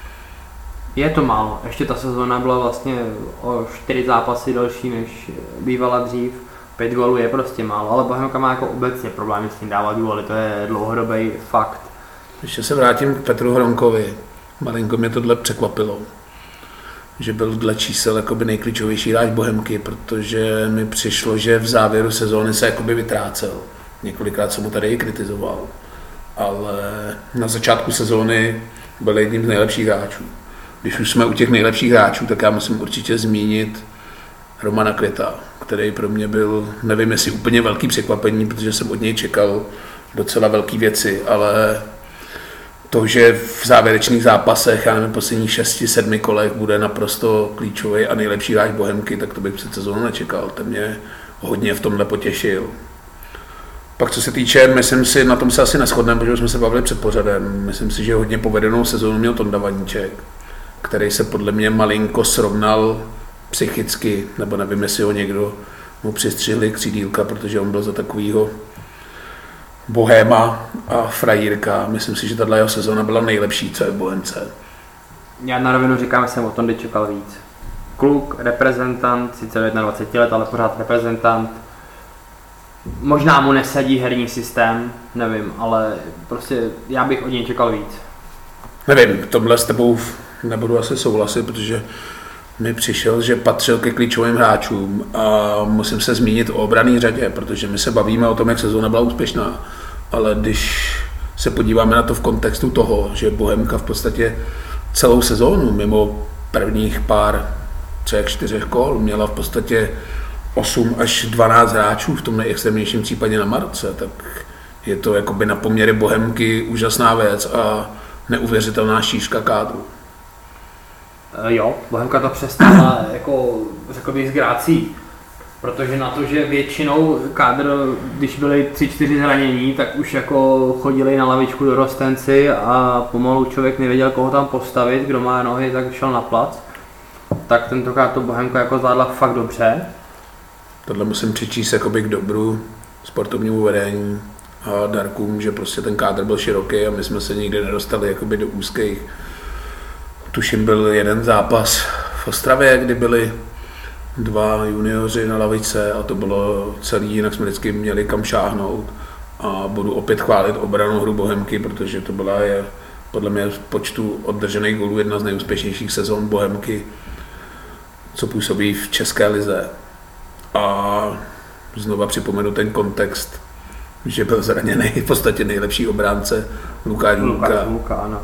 Je to málo, ještě ta sezóna byla vlastně o čtyři zápasy delší než bývala dřív. Pět gólů je prostě málo, ale Bohemka má jako obecně problémy s tím dávat góly, to je dlouhodobý fakt. Ještě se vrátím k Petru Hronkovi. Malinko mě tohle překvapilo, že byl dle čísel jakoby nejklíčovější hráč Bohemky, protože mi přišlo, že v závěru sezóny se jakoby vytrácel. Několikrát jsem mu tady i kritizoval, ale na začátku sezóny byl jedním z nejlepších hráčů. Když už jsme u těch nejlepších hráčů, tak já musím určitě zmínit Romana Květa, který pro mě byl, nevím jestli úplně velký překvapení, protože jsem od něj čekal docela velké věci, ale to, že v závěrečných zápasech, já nevím, posledních šesti, sedmi kolech bude naprosto klíčový a nejlepší hráč Bohemky, tak to bych před sezónou nečekal. Ten mě hodně v tomhle potěšil. Pak co se týče, myslím si, na tom se asi neshodneme, protože jsme se bavili před pořadem. Myslím si, že hodně povedenou sezónu měl Tonda Vaníček, který se podle mě malinko srovnal psychicky, nebo nevím, jestli ho někdo mu přistřihli křídílka, protože on byl za takovýho bohéma a frajírka. Myslím si, že tato jeho sezóna byla nejlepší, co je v Bohemce. Já na rovinu říkám, že jsem o Tondy čekal víc. Kluk, reprezentant, sice dvacet jedna let, ale pořád reprezentant. Možná mu nesadí herní systém, nevím, ale prostě já bych od něj čekal víc. Nevím, v tomhle s tebou nebudu asi souhlasit, protože mi přišel, že patřil ke klíčovým hráčům a musím se zmínit o obranné řadě, protože my se bavíme o tom, jak sezóna byla úspěšná, ale když se podíváme na to v kontextu toho, že Bohemka v podstatě celou sezónu mimo prvních pár třech, čtyřech kol měla v podstatě osm až dvanáct hráčů v tom nejextrémnějším případě na Marce, tak je to jakoby na poměry Bohemky úžasná věc a neuvěřitelná šířka kádru. Jo, Bohemka to přestala, jako řekl bych, s grácí, protože na to, že většinou kádr, když byly tři, čtyři zranění, tak už jako chodili na lavičku dorostenci a pomalu člověk nevěděl, koho tam postavit, kdo má nohy, tak šel na plac. Tak tentokrát to Bohemka jako zvládla fakt dobře. Tohle musím přečíst jakoby k dobru sportovnímu vedení a Darkům, že prostě ten kádr byl široký a my jsme se nikdy nedostali jakoby do úzkých. Tuším, byl jeden zápas v Ostravě, kdy byli dva junioři na lavice a to bylo celý, jinak jsme vždycky měli kam šáhnout. A budu opět chválit obranu hru Bohemky, protože to byla je, podle mě v počtu oddržených gólů jedna z nejúspěšnějších sezon Bohemky, co působí v české lize. A znova připomenu ten kontext, že byl zraněný v podstatě nejlepší obránce Lukáš Vůlka.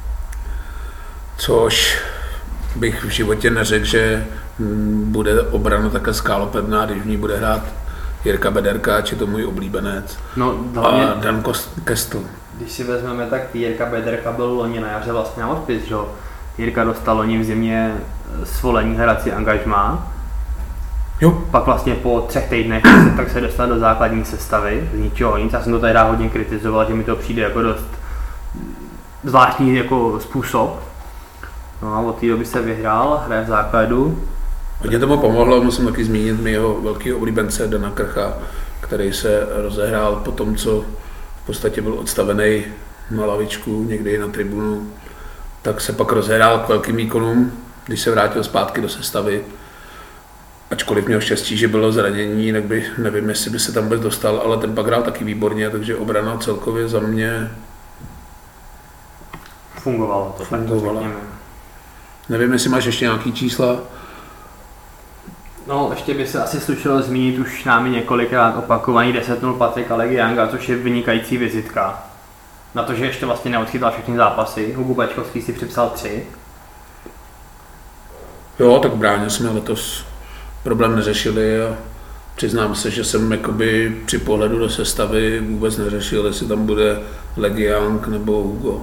Což bych v životě neřekl, že bude obrana takhle skálopevná, když v ní bude hrát Jirka Bederka, či to můj oblíbenec, no, hlavně, a Dan Kestl. Když si vezmeme, tak Jirka Bederka byl loni na jaře vlastně na odpis, že Jirka dostal loni v zimě svolení hrací angažmá. Jo. Pak vlastně po třech týdnech tak se dostal do základní sestavy, z ničeho nic. Já jsem to tady hodně kritizoval, že mi to přijde jako dost zvláštní jako způsob. No a od té doby se vyhrál, hraje v základu. Hodně tomu pomohlo, musím taky zmínit mého velkého oblíbence Dana Krcha, který se rozehrál po tom, co v podstatě byl odstavený na lavičku, někdy na tribunu, tak se pak rozehrál k velkým výkonům, když se vrátil zpátky do sestavy. Ačkoliv měl štěstí, že bylo zranění, tak by, nevím, jestli by se tam vůbec dostal, ale ten pak hrál taky výborně, takže obrana celkově za mě fungovalo to, fungovala. Tak nevím, jestli máš ještě nějaký čísla. No, ještě by se asi slušelo zmínit už námi několikrát opakovaný deset nula Patrika Legianga, což je vynikající vizitka. Na to, že ještě vlastně neodchytal všechny zápasy, Hugo Bačkovský si připsal tři. Jo, tak bráně jsme letos problém neřešili a přiznám se, že jsem jakoby při pohledu do sestavy vůbec neřešil, jestli tam bude Legiang nebo Hugo.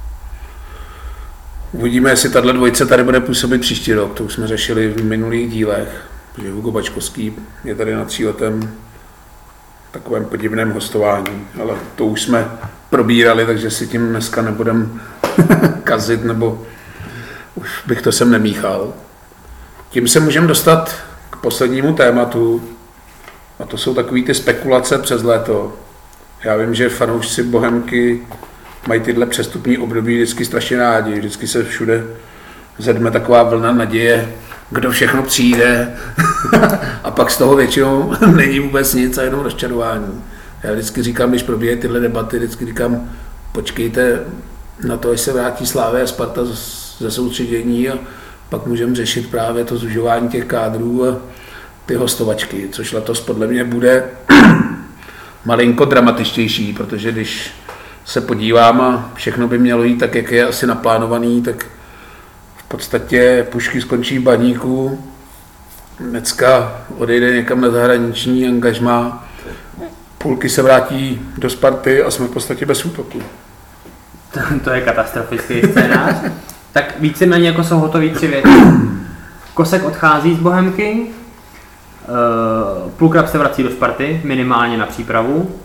Uvidíme, jestli tato dvojice tady bude působit příští rok, to už jsme řešili v minulých dílech, že Hugo Bačkovský je tady na tříletém takovém podivném hostování, ale to už jsme probírali, takže si tím dneska nebudem kazit, nebo už bych to sem nemíchal. tím se můžeme dostat k poslednímu tématu, a to jsou takové ty spekulace přes léto. Já vím, že fanoušci Bohemky mají tyhle přestupní období vždycky strašně rádi, vždycky se všude zedme taková vlna naděje, kdo všechno přijde a pak z toho většinou není vůbec nic a jenom rozčarování. Já vždycky říkám, když probíhají tyhle debaty, vždycky říkám, počkejte na to, až se vrátí Slavia a Sparta ze soustředění a pak můžeme řešit právě to zužování těch kádrů a ty hostovačky, což letos podle mě bude malinko dramatičtější, protože když se podívám a všechno by mělo jít tak, jak je asi naplánovaný, tak v podstatě Pušky skončí v Baníku, Necka odejde někam na zahraniční angažmá, Půlky se vrátí do Sparty a jsme v podstatě bez útoku. To, to je katastrofický scénář. Tak víceméně jako jsou hotový tři věci. Kosek odchází z Bohemky, uh, Půlkrab se vrací do Sparty, minimálně na přípravu.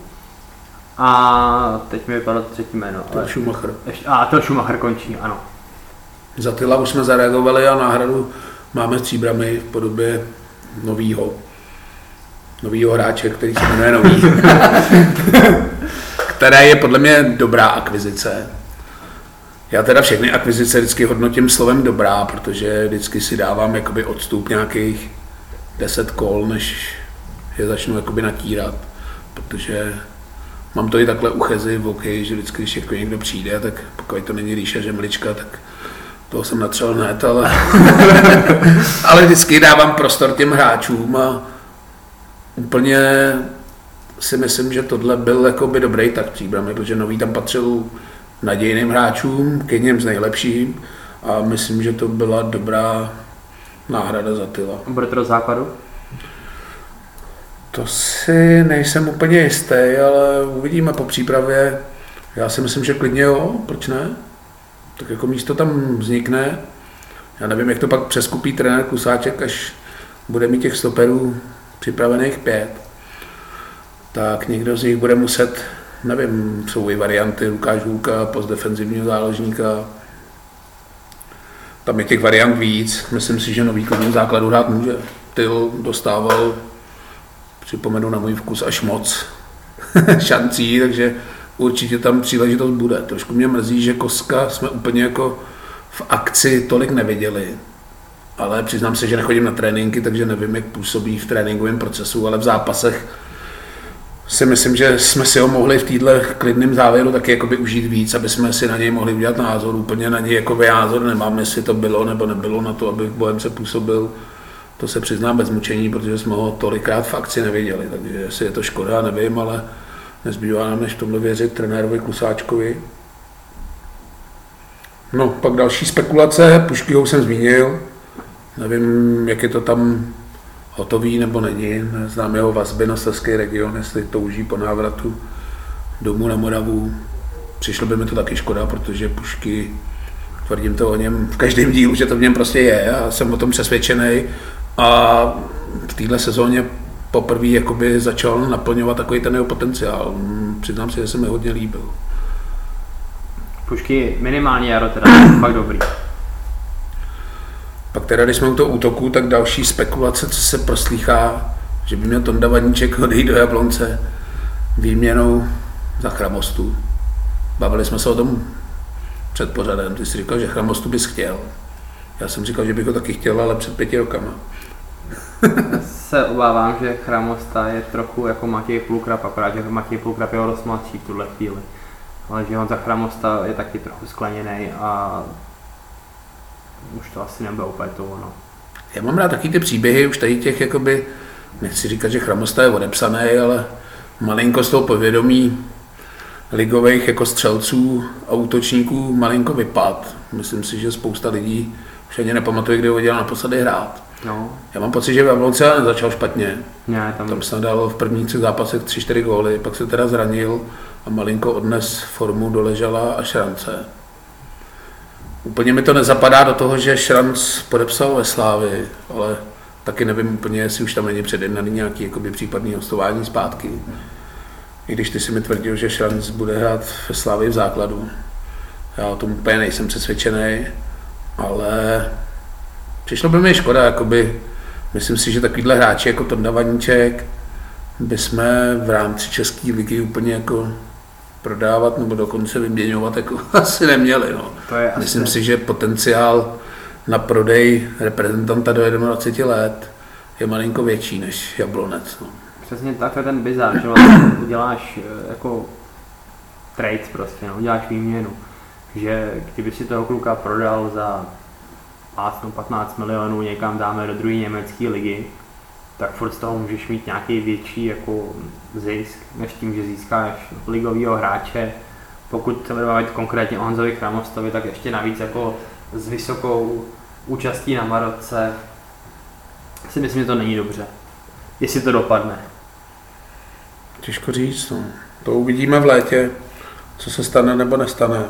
A teď mi vypadlo třetí jméno. Til Schumacher. A Til Schumacher končí, ano. Za Tyla už jsme zareagovali a náhradu máme s Příbrami v podobě novýho. Novýho hráče, který se jmenuje Nový. Která je podle mě dobrá akvizice. Já teda všechny akvizice vždycky hodnotím slovem dobrá, protože vždycky si dávám jakoby odstup nějakých deset kol, než je začnu jakoby natírat. Protože mám to i takhle u Chezy v hokeji, že vždycky, když jako někdo přijde, tak pokud to není Ríša Žemlička, tak toho jsem natřel hned, ale, ale vždycky dávám prostor těm hráčům a úplně si myslím, že tohle byl jakoby dobrý tak Příbramy, protože Nový tam patřil nadějným hráčům, k jedním z nejlepším a myslím, že to byla dobrá náhrada za Tyla. Bude to do základu? To si nejsem úplně jistý, ale uvidíme po přípravě. Já si myslím, že klidně jo, proč ne? Tak jako místo tam vznikne. Já nevím, jak to pak přeskupí trenér Klusáček, až bude mít těch stoperů připravených pět. Tak někdo z nich bude muset, nevím, jsou i varianty Lukáš Hůlka, post defenzivního záložníka. Tam je těch variant víc. Myslím si, že Nový klidně v základu hrát může. Tyl dostával, připomenu na můj vkus, až moc šancí, takže určitě tam příležitost bude. Trošku mě mrzí, že Koska jsme úplně jako v akci tolik neviděli. Ale přiznám se, že nechodím na tréninky, takže nevím, jak působí v tréninkovém procesu, ale v zápasech si myslím, že jsme si ho mohli v této klidném závěru taky jakoby užít víc, aby jsme si na něj mohli udělat názor. Úplně na něj jako názor nemám, jestli to bylo nebo nebylo na to, aby v Bohemce působil. To se přiznám bez mučení, protože jsme ho tolikrát v akci neviděli, takže jestli je to škoda, nevím, ale nezbývá nám než v tomhle věřit trenérovi Klusáčkovi. No, pak další spekulace, Puškyho jsem zmínil, nevím, jak je to tam hotový nebo není, neznám jeho vazby na slezský region, jestli touží po návratu domů na Moravu. Přišlo by mi to taky škoda, protože Pušky, tvrdím to o něm v každém dílu, že to v něm prostě je a jsem o tom přesvědčený. A v téhle sezóně poprvé jakoby začal naplňovat takový ten jeho potenciál. Přiznám si, že se mi hodně líbil. Pušky minimálně jaro teda, fakt dobrý. Pak teda, když jsme u toho útoku, tak další spekulace, co se proslýchá, že by měl Tonda Vaníček odejít do Jablonce výměnou za Chramostu. Bavili jsme se o tom před pořadem. Ty jsi říkal, že Chramostu bys chtěl. Já jsem říkal, že bych ho taky chtěl, ale před pěti rokama. Já se obávám, že Chramosta je trochu jako Matěj Půlkrab, akorát, že Matěj Půlkrab je o dost mladší v tuhle chvíli. Ale že Honza Chramosta je taky trochu skleněný a už to asi nebude úplně to ono. Já mám rád taky ty příběhy, už tady těch, jakoby, nechci říkat, že Chramosta je odepsaný, ale malinko z toho povědomí ligových jako střelců a útočníků malinko vypad. Myslím si, že spousta lidí už ani nepamatuje, kdy ho dělal naposledy hrát. No. Já mám pocit, že v Jablonce nezačal špatně. Ne, tam... tam se dal v prvních třech zápasech tři čtyři góly, pak se teda zranil a malinko odnes formu do Ležala a Šrance. Úplně mi to nezapadá do toho, že Šranc podepsal ve Slávii, ale taky nevím úplně, jestli už tam není předjednaný nějaký jakoby, případný hostování zpátky. I když ty si mi tvrdil, že Šranc bude hrát ve Slávii v základu. Já o tom úplně nejsem přesvědčený, ale Přišlo by mi škoda, jakoby, myslím si, že takovýhle hráči jako Tonda Vaníček bychom v rámci České ligy úplně jako prodávat nebo dokonce vyměňovat jako asi neměli. No. To je myslím asi... si, že potenciál na prodej reprezentanta do dvaceti jedna let je malinko větší než Jablonec. No. Přesně tak, to je ten bizár, že vlastně uděláš jako trade prostě, no, uděláš výměnu. Že kdyby si toho kluka prodal za patnáct milionů někam dáme do druhé německé ligy, tak furt z toho můžeš mít nějaký větší jako zisk, než tím, že získáš ligovýho hráče. Pokud se budeme bavit konkrétně o Honzovi Chramostovi, tak ještě navíc jako s vysokou účastí na Marotce si myslím, že to není dobře. Jestli to dopadne. Těžko říct, no. To uvidíme v létě, co se stane nebo nestane.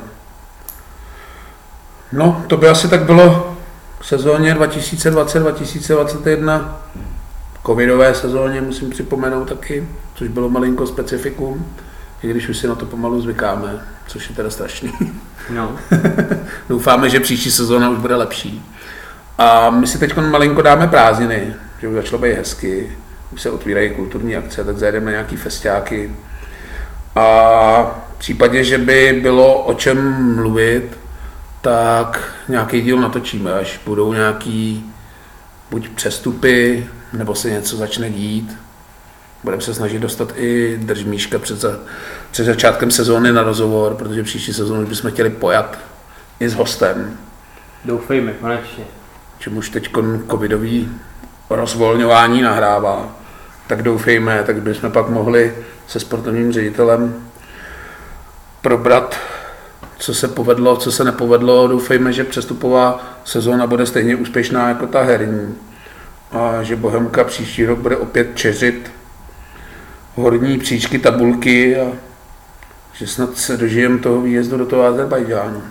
No, to by asi tak bylo v sezóně dva tisíce dvacet dva tisíce dvacet jedna. Covidové sezóně musím připomenout taky, což bylo malinko specifikum, i když už si na to pomalu zvykáme, což je teda strašný. No. Doufáme, že příští sezóna už bude lepší. A my si teď malinko dáme prázdniny, že už začalo být hezky, už se otvírají kulturní akce, tak zajedeme na nějaký festiáky. A v případě, že by bylo o čem mluvit, tak nějaký díl natočíme, až budou nějaký buď přestupy, nebo se něco začne dít. Budeme se snažit dostat i Držmíška před, za, před začátkem sezóny na rozhovor, protože příští sezónu bychom chtěli pojat i s hostem. Doufejme, konečně. Čemuž teď covidový rozvolňování nahrává, tak doufejme, tak bychom pak mohli se sportovním ředitelem probrat, co se povedlo, co se nepovedlo. Doufejme, že přestupová sezóna bude stejně úspěšná jako ta herní a že Bohemka příští rok bude opět čeřit horní příčky tabulky a že snad se dožijeme toho výjezdu do toho Azerbajdžánu.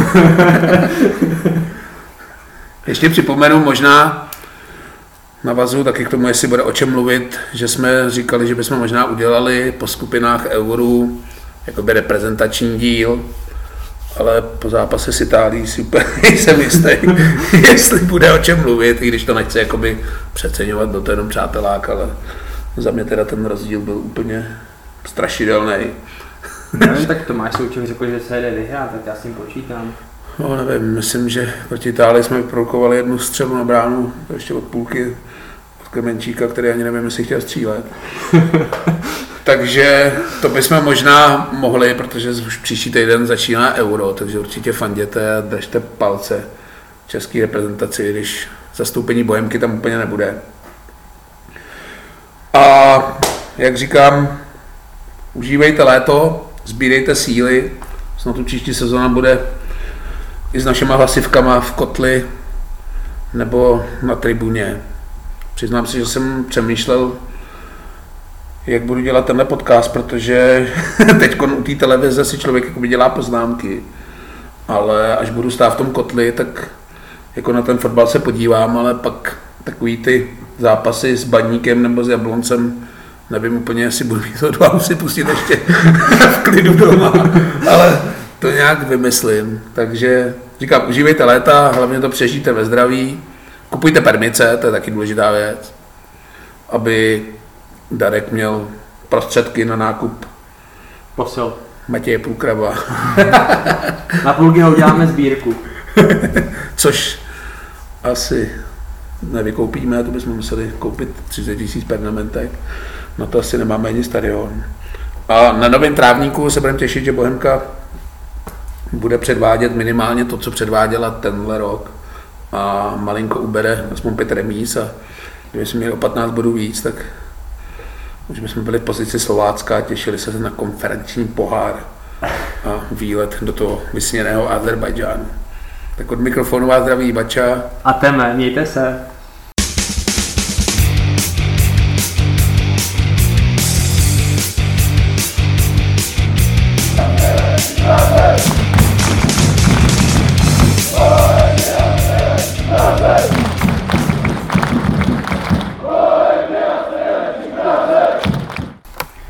Ještě připomenu možná, navazuju taky k tomu, jestli bude o čem mluvit, že jsme říkali, že bychom možná udělali po skupinách Euru jakoby reprezentační díl, ale po zápase s Itálií si úplně nejsem jistý, jestli bude o čem mluvit, i když to nechci jakoby přeceňovat, byl to jenom přátelák, ale za mě teda ten rozdíl byl úplně strašidelný. Nevím, tak Tomáš Souček řekl, že se jde vyhrát, tak já s tím počítám. No nevím, myslím, že proti Itálii jsme vyprodukovali jednu střelu na bránu, ještě od půlky, od Klemenčíka, který ani nevím, jestli chtěl střílet. Takže to bychom možná mohli, protože už příští týden začíná Euro, takže určitě fanděte a držte palce české reprezentaci, když zastoupení Bohemky tam úplně nebude. A jak říkám, užívejte léto, sbírejte síly, snad tu příští sezóna bude i s našima hlasivkama v kotli nebo na tribuně. Přiznám si, že jsem přemýšlel, jak budu dělat tenhle podcast, protože teď u té televize si člověk jako dělá poznámky, ale až budu stát v tom kotli, tak jako na ten fotbal se podívám, ale pak takový ty zápasy s Baníkem nebo s Jabloncem, nevím úplně, jestli budu mít to dva si pustit ještě v klidu doma, ale to nějak vymyslím. Takže říkám, užívejte léta, hlavně to přežijte ve zdraví, kupujte permice, to je taky důležitá věc, aby Darek měl prostředky na nákup posil Matěje Půlkraba. Na půlky uděláme sbírku. Což asi nevykoupíme, to bychom museli koupit třicet tisíc permanentek. No to asi nemáme ani stadion. A na novém trávníku se budeme těšit, že Bohemka bude předvádět minimálně to, co předváděla tenhle rok. A malinko ubere aspoň pět remíz a kdyby jsme měli o patnáct bodů víc, tak už bychom byli v pozici Slovácka a těšili se na konferenční pohár a výlet do toho vysněného Azerbajdžánu. Tak od mikrofonu vás zdraví Bača. A Teme, mějte se.